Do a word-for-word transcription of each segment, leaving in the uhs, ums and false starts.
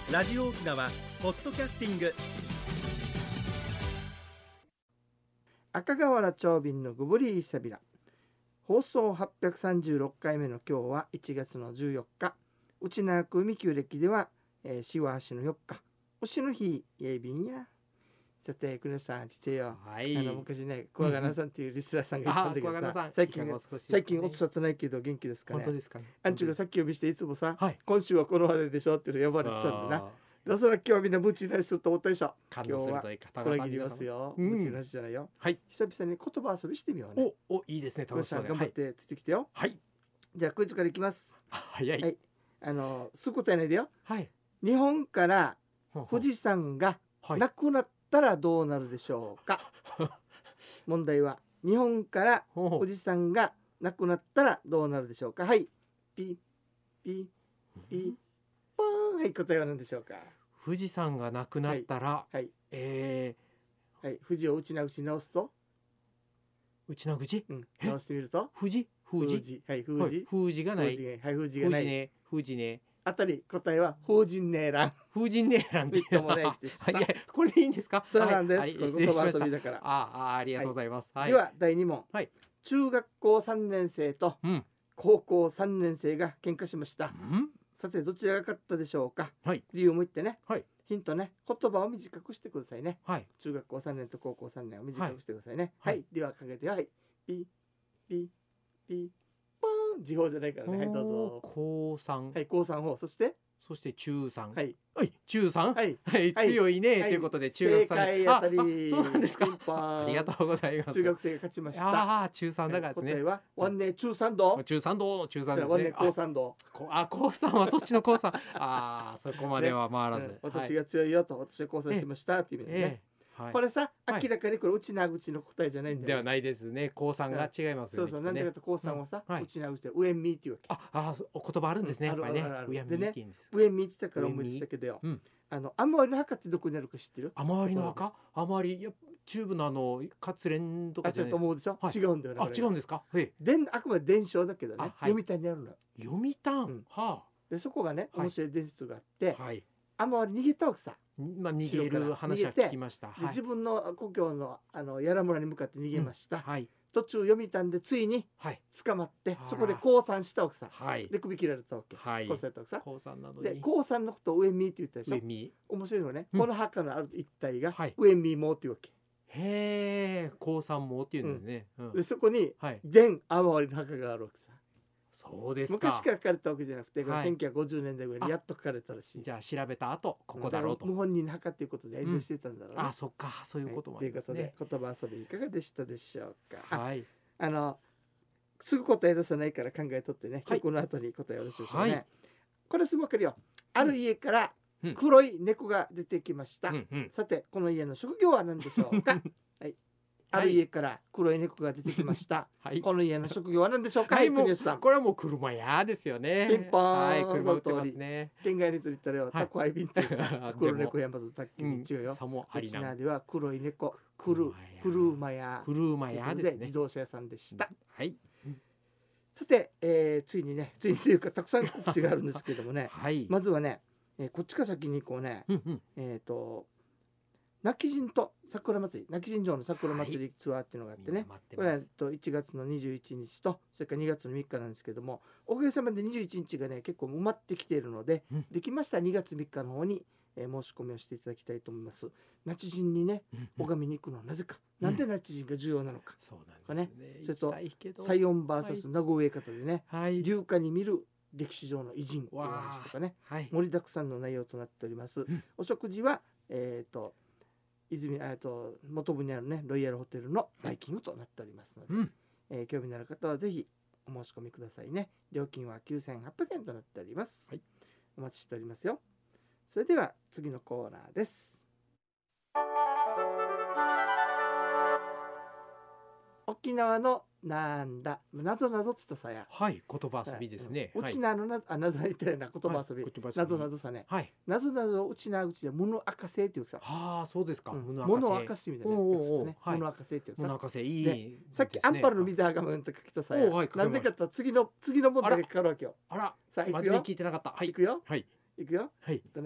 ラジオ沖縄ポッドキャスティング。 赤瓦長瓶のグブリーサビラ、放送はっぴゃくさんじゅうろっかいめの今日はいちがつのじゅうよっか、内縄海旧暦では、えー、しわはしのよっか、牛の日やいびんや。さて国吉さん、実よ、 はい、 あの昔ね小賀菜さんっていうリスナーさんがいたんだけどさ、 うんうん、 最近ね、 最近おっしゃってないけど元気ですかね。 本当ですかね。 アンチがさっき呼びしていつもさ、 はい、 今週はこの話題でしょって呼ばれてたんだな。だから今日みんなムチなりすると思ったでしょ。今日はこれ切りますよ。 うん、 ムチなしじゃないよ。 はい、 久々に言葉遊びしてみようね。 おお、いいですね。楽しそうね。 頑張ってついてきてよ。 はい。 じゃあクイズからいきます。 早い。はい、 あのすぐ答えないでよ。 はい。 日本から富士山がなくなったらどうなるでしょうか。問題は日本から富士山がなくなったらどうなるでしょうか。はい。ピピピポーン。はい、答えは何でしょうか。 富士山がなくなったら、 はいはい、 えーはい、富士を内な口直すと、 内な口、 うん、直してみると富士富士、 はい、富士、 富士がない、 はい、富士がない、 ね、富士ね。 あたり答えは風神ねえらん。 風神ねえらんって言ってもないってした。 いや、これでいいんですか。 そうなんです。 はい、 これ言葉遊びだから。 ああ、ありがとうございます。 はい、ではだいに問、はい、中学校さんねん生と高校さんねん生が喧嘩しました。うん、さてどちらが勝ったでしょうか。はい、理由も言ってね。はい、ヒントね、言葉を短くしてくださいね。はい、中学校さんねんと高校さんねんを短くしてくださいね。はい、はい、ではかけて、はい、ピピピポーン。時報じゃないからね。はい、どうぞ。 高さん、 はい、高さん法、そしてそして中さん、 はい、 はい、中さん、 はい、 はい、強いね、はい、ということで中学さん、 正解あたり。 あ、そうなんですか。ありがとうございます。 中学生が勝ちました。 ああ、中さんだからですね。 答えはワンネ中さん度。 中さん度、中さんですね。 ワンネ高さん度。 あ、高さんはそっちの高さん。ああ、そこまでは回らず。 ね、私が強いよと、私は高さしましたっていう意味でね。ええはい、これさ、明らかにこれ内な口の答えじゃないんだよ、ね、 ではないですね。高さんが違いますよね。 そうそう、なんでかと高さんはさ、 うんはい、 内な口で上見っていうわけ。 ああ、お言葉あるんですね。 うん、あるあるある。でね、上見って言ったから思い出したけどよ。うん、あの雨割りの墓ってどこにあるか知ってる？ 雨割りの墓？雨割り、いや、チューブのあの活連とかじゃないですか。 あ、ちょっと思うでしょ。はい、違うんだよね。 あ、違うんですか。はい。 で、あくまで伝承だけどね。はい、読谷にあるの。 読谷。うん、はあ。 で、そこがね、面白い伝説があって、 はい。 雨割り逃げたわけさ。 まあ、逃げる話は聞きました。 で、自分の故郷のあの屋良村に向かって逃げました。 うん、はい、 途中読谷でついに捕まって、はい、そこで降参したわけさ。はい、で首切られたわけ。はい、殺されたわけさ。 降参なのに。 で降参のことを上見って言ったでしょ。 上見。 面白いのね。うん、この墓のある一帯が、 はい、 上見もっていうわけ。 へえ、降参もっていうんですね。 うんうん、でそこに伝雨割りの墓があるわけさ。 そうですか。 昔から書かれたわけじゃなくて、はい、せんきゅうひゃくごじゅうねんだいぐらいにやっと書かれたらしい。 じゃあ調べた後ここだろうと。 無本人の墓っていうことで遠慮してたんだろうね。 うん、あ、そっか、そういうこともあるんですね。 ということで言葉遊びいかがでしたでしょうか。 はい。 あのすぐ答え出さないから考えとってね。はい、この後に答えを出しましょうね。はい、これすぐわかるよ。ある家から黒い猫が出てきました。うんうん、さてこの家の職業は何でしょうか。はい。ある家から黒い猫が出てきました。はい、この家の職業は何でしょうか。 はい、国吉さん。これはもう車屋ですよね。 ピンポーン。 はい、車売ってますね。 県外の人に言ったらよ、宅配便っていうさ、黒猫山と宅急便違うよ。うちなでは黒い猫、クル車屋。 車屋ですね。 自動車屋さんでした。 はい。 さて、えー、ついにね、ついにというかたくさん告知があるんですけどもね。はい、まずはね、えー、こっちから先に行こうね。うんうん、えっ、ー、と。亡き人と桜祭り、亡き人城の桜祭りツアーっていうのがあってね、はい、これはといちがつのにじゅういちにちとそれからにがつのみっかなんですけども、おかげさまでにじゅういちにちがね結構埋まってきているので、うん、できましたらにがつみっかの方に、えー、申し込みをしていただきたいと思います。那智人にね、拝みに行くのはなぜか、うん、なんで那智人が重要なのか、 そうなんですね。 それと西園 ブイエス 名古屋方でね、はい、流下に見る歴史上の偉人という話とかね、はい、盛りだくさんの内容となっております。うん、お食事はえっ、ー、と泉えと元部にあるねロイヤルホテルのバイキングとなっておりますので、うん、えー、興味のある方はぜひお申し込みくださいね。料金はきゅうせんはっぴゃくえんとなっております。はい、お待ちしておりますよ。それでは次のコーナーです。沖縄のなんだなぞなぞつったさや。 はい、言葉遊びですね。 うちなのなあなぞ言ってないな言葉遊び。なぞなぞさね。はい。なぞなぞうちなうちで物明かせっていうさ。 ああ、そうですか。 物明かせみたいな。物明かせっていうさ。 物明かせいい。 さっきアンパルのビダーがムンと書きたさや。なんでかって次の次の問題がかかるわけよ。 あら。 さあ行くよ。 真面目に聞いてなかった。はい。 行くよ。 はい。 行くよ。 はい。 とね、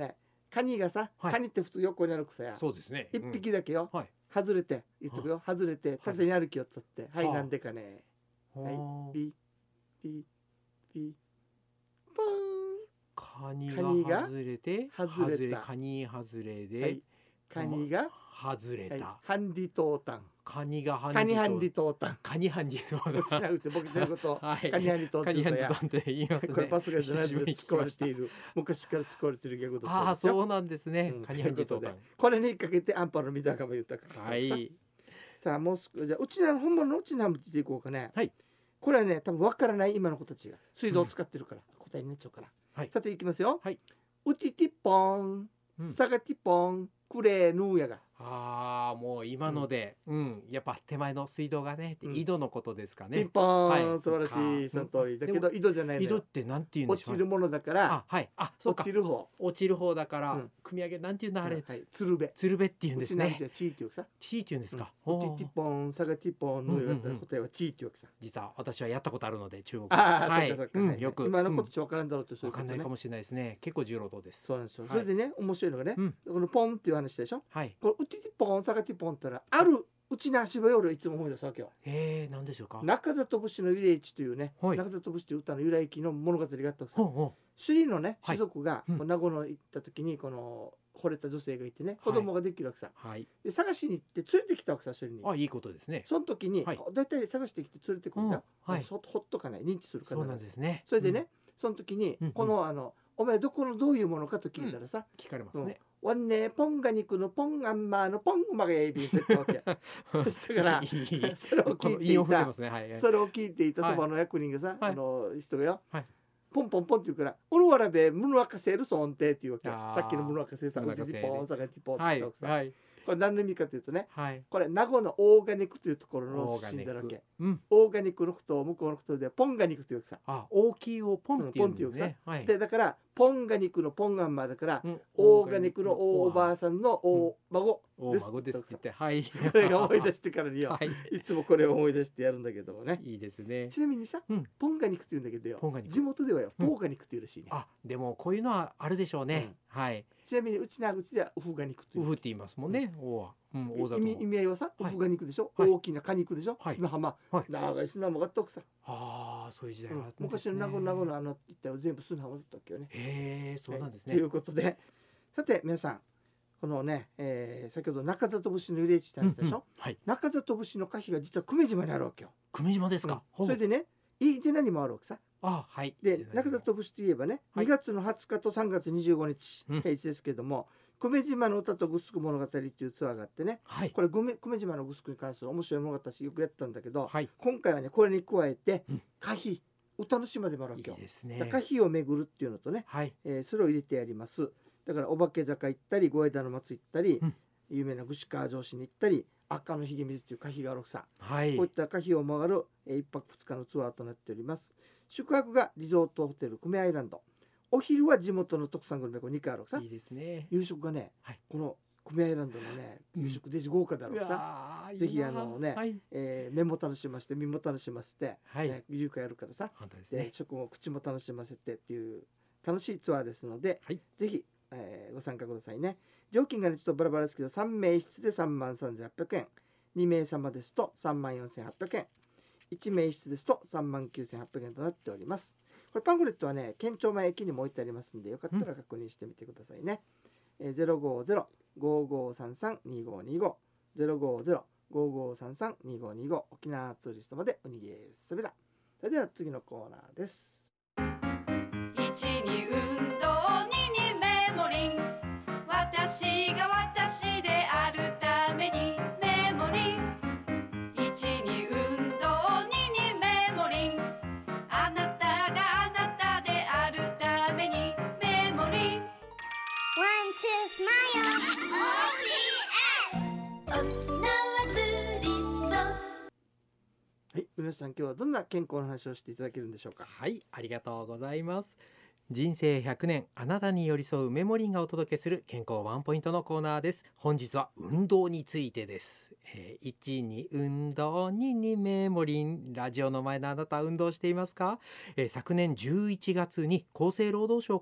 カニがさ、 はい、 カニって普通横に歩くさや。 そうですね。 一匹だけよ、 うん、はい、 外れて言っとくよ、外れて縦に歩きよったって、はい、 はあ、 なんでかね、はい、ピピピポーン、 カニが外れて外れた、 カニ外れで、 はい、カニが外れた、はい、 ハンディトータン、 カニがカニハンディトータン、 カニハンディトータン、 落ちなくてボケてること、 はい、 カニハンディトータンって言いますね。 これパスがじゃないで使われている、昔から使われているギャグです。 ああ、そうなんですね。 うん、 カニハンディトータン、 これにかけてアンパの見たかも言ったか、 はい、 さあもうすぐじゃあうちな本物のうちなむっていこうかね。 はい、 これはね多分わからない今の子たちが水道を使ってるから、うん、答えになっちゃうから、はい、さていきますよ。はい、ウティティポン、うん、サガティポン、クレーヌーヤが、 ああ、もう今ので、うん、うん、やっぱ手前の水道がね、うん、井戸のことですかね。 ピンポーン、はい、素晴らしい、その通りだけど、井戸じゃないのよ。 井戸ってなんていうんでしょう。 落ちるものだから、 あ、はい、あ、そうか、 落ちる方、 落ちる方だから、うん、組み上げなんていうんだあれ、うん、 はい、つるべ、 つるべっていうんですね。 チーっていうさ、 チーっていうんですか。 ウティティポン、サガティポンのやったら答えはチーっていうわけさ。 実は私はやったことあるので中国。 ああ、はい、そうかそうか、 うん、よく今のことわからんだろうと、そういうことね。 わかんないかもしれないですね。結構重労働です。 そうなんですよ。それでね、面白いのがね、 うん、 このポンっていう話でしょ。 はい。 このウティティポン、サガティポンってのはあるうちな足場よりいつも思い出すわけよ。 へえ、なんでしょうか。 中里節の由来地というね、 はい、 中里節という歌の由来記の物語があったわけさ。 ほうほう、 首里のねはい、 士族が、うん、名護の行った時にこの惚れた女性がいてね、子供ができるわけさ、はい、で探しに行って連れてきたわけさ、首里に。 あ、いいことですね。 その時に、 はい、 だいたい探してきて連れてくるんだ、 うん、はい、 ほっとかない、認知するから。 そうなんですね。 それでね、うん、その時に、うん、このあのお前どこのどういうものかと聞いたらさ、 うん、聞かれますね。 ワンネポンガ肉のポンアンマーのポンマがエビって言ったわけ。そしたからそれを聞いていた、ね、はい、それを聞いていたそばの役人がさ、はい、あの人がよ、はい、ポンポンポンって言うから「オノワラベムヌワカセルソンテ」っていうわけ。さっきのムヌワカセさんがティポンサガティポンって言ったわけさ、はいはい、これ何の意味かというとね、はい、これ名護のオーガニックというところの出身だわけ。うん、オーガニックのことを向こうのことでポンガニクというわけさ。 あ、大きいをポンっていうんですね。 はい、でだからポンガニクのポンガンマーだから、うん、オーガニクのおばあさんのお孫です、うん、孫ですって言って、はい、 これが思い出してからによ、はい、いつもこれを思い出してやるんだけどもね。 いいですね。 ちなみにさ、うん、ポンガニクって言うんだけどよ、地元ではよ、ポーガニクって言うらしいね。 あ、でもこういうのはあるでしょうね。うん、はい。 ちなみにうちなうちではウフガニクって言う。 ウフって言いますもんね。おは、うん、 大意味意味合いはさ、ウフガニクでしょ。大きな果肉でしょ。砂浜、長い砂浜があったわけさ。 ああ、そういう時代があったんですね。 昔の名護名護のあの一帯は全部砂浜だったわけよね。 へえ、そうなんですね。 ということで、さて皆さん、このね、えー、先ほど中里節の由来地って話したでしょ、うんうん、はい、中里節の歌碑が実は久米島にあるわけよ。 久米島ですか、 うん、それでね、飯綱にもあるわけさ。 あ、はい、 で中里節といえばね、はい、にがつのはつかとさんがつにじゅうごにち、うん、平地ですけども、久米島の歌とグスク物語っていうツアーがあってね、はい、これ久米、久米島のグスクに関する面白い物語よくやったんだけど、はい、今回はねこれに加えて、うん、歌碑、歌の島でもあるわけよ。いいですね。歌碑を巡るっていうのとね、はい、えー、それを入れてやります。だからお化け坂行ったり、小枝の松行ったり、うん、有名な串川城市に行ったり、赤のひげ水っていう歌碑があるさ、はい、こういった歌碑を回る、えー、いっぱくふつかのツアーとなっております。宿泊がリゾートホテル久米アイランド、お昼は地元の特産グルメ、これにかいあるさ。いいですね。夕食がね、はい、この久米アイランドのね夕食デジ豪華だろうさ、うん、ぜひあのね、はい、えー、目も楽しませて身も楽しませて、はい、ね、夕会やるからさ、で、ね、食も口も楽しませてっていう楽しいツアーですので、はい、ぜひ、えー、ご参加くださいね。料金がねちょっとバラバラですけど、さんめいしつでさんまんさんぜんはっぴゃくえん、にめいさまですとさんまんよんせんはっぴゃくえん、いちめいしつですとさんまんきゅうせんはっぴゃくえんとなっております。これパンフレットはね県庁前駅にも置いてありますんで、よかったら確認してみてくださいね。うん、えー、ゼロごゼロ ごーごーさんさん にーごーにーご ゼロごゼロ ごーごーさんさん にーごーにーご、沖縄ツーリストまでおにげすべら。それでは次のコーナーです。 いちに運動、ににメモリン、私が私であるためにメモリン、いちに運動、ににメモリン、あなたがあなたであるためにメモリン。 ワンツースマイル オーピーエス 沖縄ツーリスト。 はい、皆さん今日はどんな健康の話をしていただけるんでしょうか。 はい、ありがとうございます。人生ひゃくねん、あなたに寄り添うメモリンがお届けする健康ワンポイントのコーナーです。本日は運動についてです。えー、いちに運動、ににメモリン。ラジオの前のあなた、運動していますか？えー、昨年じゅういちがつに厚生労働省から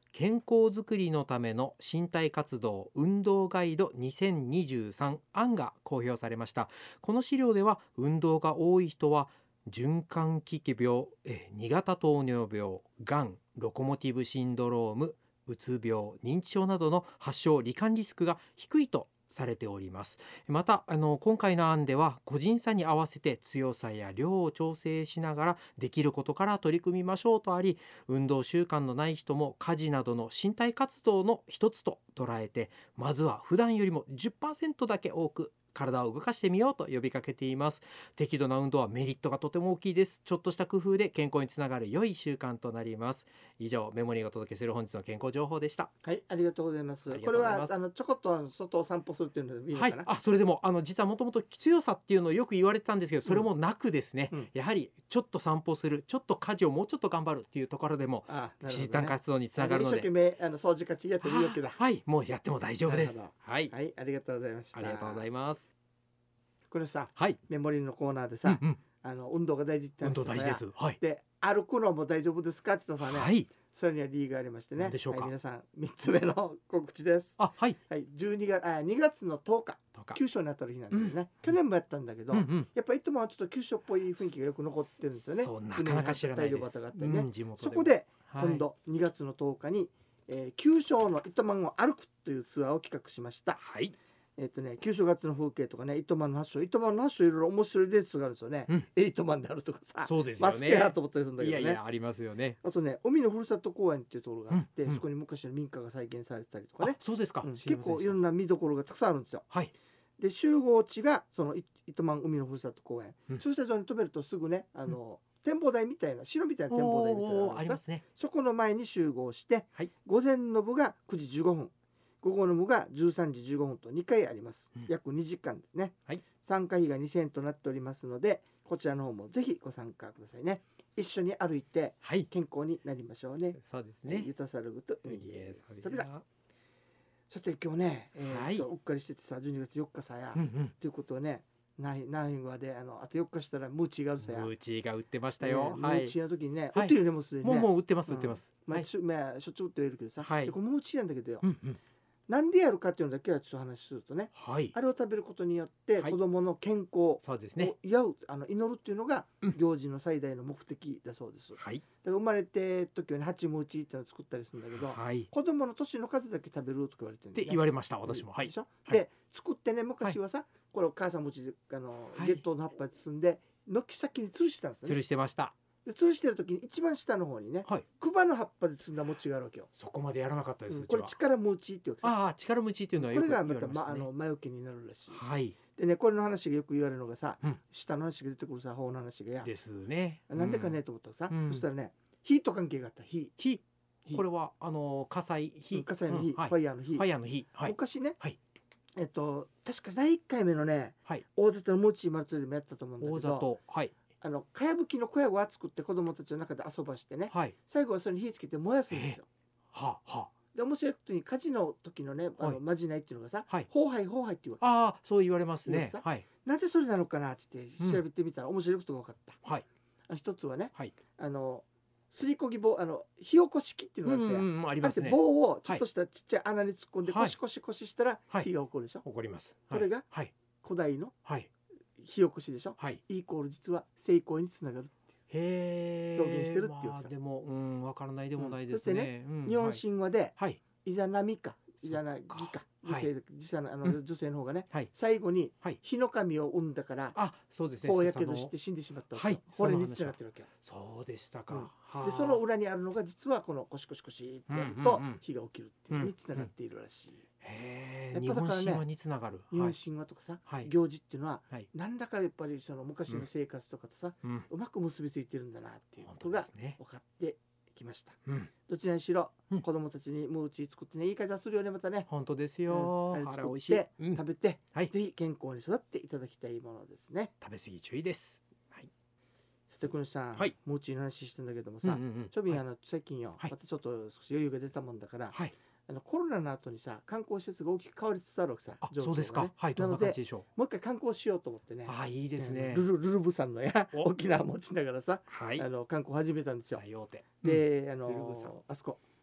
健康づくりのための身体活動運動ガイドにせんにじゅうさん案が公表されました。この資料では運動が多い人は循環器系病、に型糖尿病、がん、ロコモティブシンドローム、うつ病、認知症などの発症罹患リスクが低いとされております。またあの今回の案では個人差に合わせて強さや量を調整しながらできることから取り組みましょうとあり、運動習慣のない人も家事などの身体活動の一つと捉えて、まずは普段よりも じゅっパーセント だけ多く体を動かしてみようと呼びかけています。適度な運動はメリットがとても大きいです。ちょっとした工夫で健康につながる良い習慣となります。以上、メモリーがお届けする本日の健康情報でした。 はい、ありがとうございます。これはあのちょこっと外を散歩するっていうのでいいのかな。 はい、あそれでもあの実はもともと強さっていうのをよく言われてたんですけど、それもなくですね、うん、やはりちょっと散歩する、ちょっと家事をもうちょっと頑張るっていうところでも時短活動につながるので、 一生懸命あの掃除かちやってもいいわけだ。 はい、もうやっても大丈夫です。はい、 はい、ありがとうございました。 ありがとうございます。 これさ、 はい、 メモリーのコーナーでさ、うんうん、あの運動が大事って話してさ、 運動大事です。はい、 で歩くのも大丈夫ですかって言ったさね、 はい、 それには理由がありましてね。 何でしょうか。 はい、皆さんみっつめの告知です。 あ、はい、 はい、じゅうにがつあにがつのとおか九州になった日なんだよね、うん、去年もやったんだけど、うんうん、やっぱいつもはちょっと九州っぽい雰囲気がよく残ってるんですよね。 そうなかなか知らないです。 があったりね、 うん、地元でそこで今度にがつのとおかに、えー、九州の糸満を歩くというツアーを企画しました。 はい、 えっとね、九州月の風景とかね、糸満の発祥、糸満の発祥いろいろ面白いデーツがあるんですよね、うん、エイトマンであるとかさ、 そうですよね、 マスケやと思ったりするんだけどね。 いやいやありますよね。 あとね、海のふるさと公園っていうところがあって、 うんうん、 そこに昔の民家が再現されたりとかね。 そうですか、うん、 結構いろんな見どころがたくさんあるんですよ。 はい、で集合地がその糸満海のふるさと公園、うん、駐車場に止めるとすぐね、あの、うん、展望台みたいな城みたいな展望台みたいなのがありますね。そこの前に集合して、はい、午前の部がくじじゅうごふん、午後の部がじゅうさんじじゅうごふんとにかいあります、うん、約にじかんですね、はい、参加費がにせんえんとなっておりますので、こちらの方もぜひご参加くださいね。一緒に歩いて健康になりましょうね、はい、 そうですね。 ゆたさるぐと海ですそれだ。さて今日ね、えーはい、そううっかりしててさ、じゅうにがつよっかさや、うんうん、っていうことはね、ないないわで、あのあとよっかしたらムーチーがあるさや。 ムーチーが売ってましたよ、 ね、はい、ムーチーの時にね、売ってるよね、もうすでにね。 もうもう売ってます売ってます、 うん、まあ、しょ、まあ、しょっちゅう売ってはいるけどさ、はい、でこれムーチーなんだけどよ、うんうん、なんでやるかっていうのだけはちょっと話するとね、はい、あれを食べることによって子どもの健康を祝う、あの祈るっていうのが行事の最大の目的だそうです、はい、だから生まれて時はね、ハチムーチーっていうのを作ったりするんだけど、はい、子どもの年の数だけ食べるとか言われてるんだよね。 って言われました私も、はい、 でしょ、はい、で作ってね、昔はさ、はい、これお母さんムーチーあの、はい、月桃の葉っぱで包んで軒先に吊るしてたんですよね。 吊るしてました。 で吊るしてる時に一番下の方にね、はい、クバの葉っぱで包んだ餅があるわけよ。 そこまでやらなかったです、うん、 これ力餅っていうわけさ。 ああ、力餅っていうのはよく言われましたね。 これがまた、ま、あの魔除けになるらしい、 はい、 でね、これの話がよく言われるのがさ、うん、下の話が出てくるさ、方の話がやですね、 なんでかねと思ったらさ、うん、そしたらね、火と関係があった。火火これはあの火災火、うん、 火災の火、うん、はい、ファイヤーの火、 ファイヤーの火、はい、 昔ね、 はい、 えっと確かだいいっかいめのね、はい、大里の餅祭りでもやったと思うんだけど、 大里、はい、 あのかやぶきの小屋を作って子供たちの中で遊ばしてね、はい、最後はそれに火つけて燃やすんですよ。 はあはあ、で面白いことに火事の時のね、あの、はい、まじないっていうのがさ、はい、砲灰砲灰っていうわけ。 ああ、そう言われますね、はい、 なぜそれなのかなって言って調べてみたら面白いことが分かった、うん、はい、あの一つはね、はい、あのすりこぎ棒、あの火起こし器っていうのがあるんですよ、うんうん、ありますね。棒をちょっとしたちっちゃい穴に突っ込んで、はい、コシコシコシしたら火が起こるでしょ、 はい、起こります、 はい、これが古代の火起こしでしょ、はい、イコール実は成功につながるっていう表現してるっていうさ、まあ、 でも、うん、分からないでもないですね、 うん、そしてね、うん、日本神話で、はい、イザナミかイザナギか女性、はい、実際のあの、うん、女性の方がね、はい、最後に火の神を産んだから、 あ、そうですね、 大やけどして死んでしまったわけよ、はい、これにつながってるわけよ。 そうでしたか、 うん、でその裏にあるのが実はこのコシコシコシってやると火が起きるっていうのにつながっているらしい、うんうんうん、 へー、日本神話につながる、 日本神話とかさ、はい、行事っていうのは、はい、何らかやっぱりその昔の生活とかとさ、うん、うまく結びついてるんだなっていうことが分かってきました、うん、どちらにしろ、うん、子供たちにムーチー作ってね、いい感じがするよね、またね。 本当ですよ、うん、 あれ作って、うん、食べて、はい、ぜひ健康に育っていただきたいものですね。 食べ過ぎ注意です、はい、 さて国さん、はい、ムーチーの話してんだけどもさ、うんうんうん、ちょびん、あの最近よ、はい、またちょっと少し余裕が出たもんだから、はい、あのコロナの後にさ、観光施設が大きく変わりつつあるわけさ、 あ、そうですか、はい、どんな感じでしょう。 もう一回観光しようと思ってね、 あ、いいですね、 ルルルルブさんのや沖縄持ちながらさ、はい、あの観光始めたんですよ。で、あのあそこ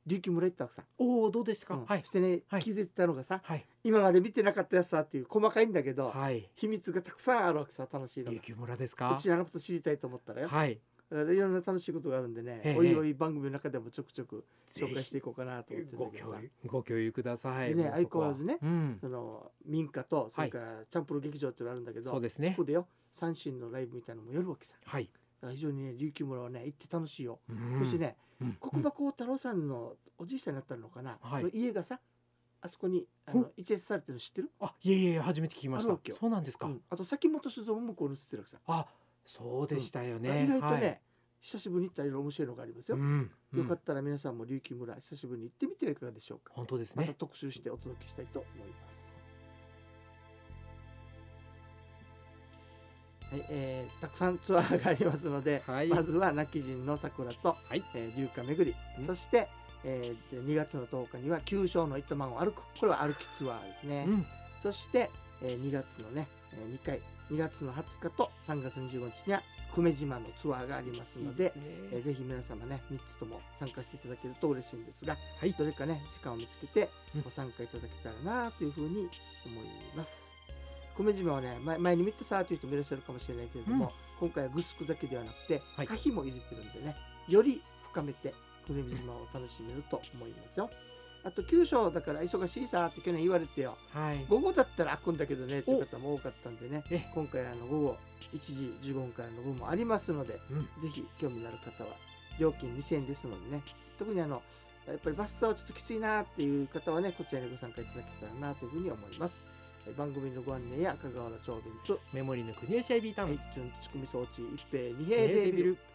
琉球村行ったわけさ。 おお、どうですか。 うんはいしてね、 はい気づいてたのがさ、 はい今まで見てなかったやつさっていう細かいんだけど、 はい。 秘密がたくさんあるわけさ。楽しいのが琉球村ですか。 うちらのこと知りたいと思ったらよ、 はい。 だからいろんな楽しいことがあるんでね、 ええおいおい番組の中でもちょくちょく紹介していこうかなと思ってるんだごけどさ。 共有ご共有ください。 でね、相もうそこは変わらずね、 うん。 その民家とそれからチャンプル劇場っていうのがあるんだけど、 そうですねそこでよ三振のライブみたいなのもやるわけさ。だかはい。 ら非常にね琉球村はね行って楽しいよ。 うんそしてね、 うん国場幸太郎さんのおじいさんになったのかな、 はいの家がさあそこにあほの移設されてるの知ってる？ あ、いえいえ、初めて聞きましたあるわけよ。 そうなんですか。 うん、あと崎本酒造も向こうに移ってるわけさ。 あ、そうでしたよね。 意外とね、 はい久しぶりに行ったらいろいろ面白いのがありますよ。 うんうんよかったら皆さんも琉球村久しぶりに行ってみてはいかがでしょうか。 本当ですまたね。 特集してお届けしたいと思います。はい、えーたくさんツアーがありますので、 はいまずは亡き人の桜と、 はい。 えー、龍華巡り、 うんそして、えーでにがつのとおかには九章の糸満を歩く、これは歩きツアーですね。 うん。 そして、えーにがつのね、えーにかい、にがつのはつかとさんがつにじゅうごにちには久米島のツアーがありますので、 いいですねえーぜひ皆様ねみっつとも参加していただけると嬉しいんですが、 はいどれかね時間を見つけてうんご参加いただけたらなというふうに思います。久米島はね前前に見たさという人もいらっしゃるかもしれないけれども、 うん今回はグスクだけではなくてはい可否も入れてるんでね、より深めて久米島を楽しめると思いますよ。あと九章だから忙しいさって去年言われてよ、 はい。 午後だったら開くんだけどねっていう方も多かったんでね、 え今回あの午後いちじじゅうごふんからの分もありますので、 うんぜひ興味のある方は料金にせんえんですのでね、特にあのやっぱりバスツアーはちょっときついなっていう方はねこちらにご参加いただけたらなというふうに思います。え番組のご案内や香川の長瓶と、 メモリーの国吉アイビータウン。 はい、準備仕組み装置一平二平デービル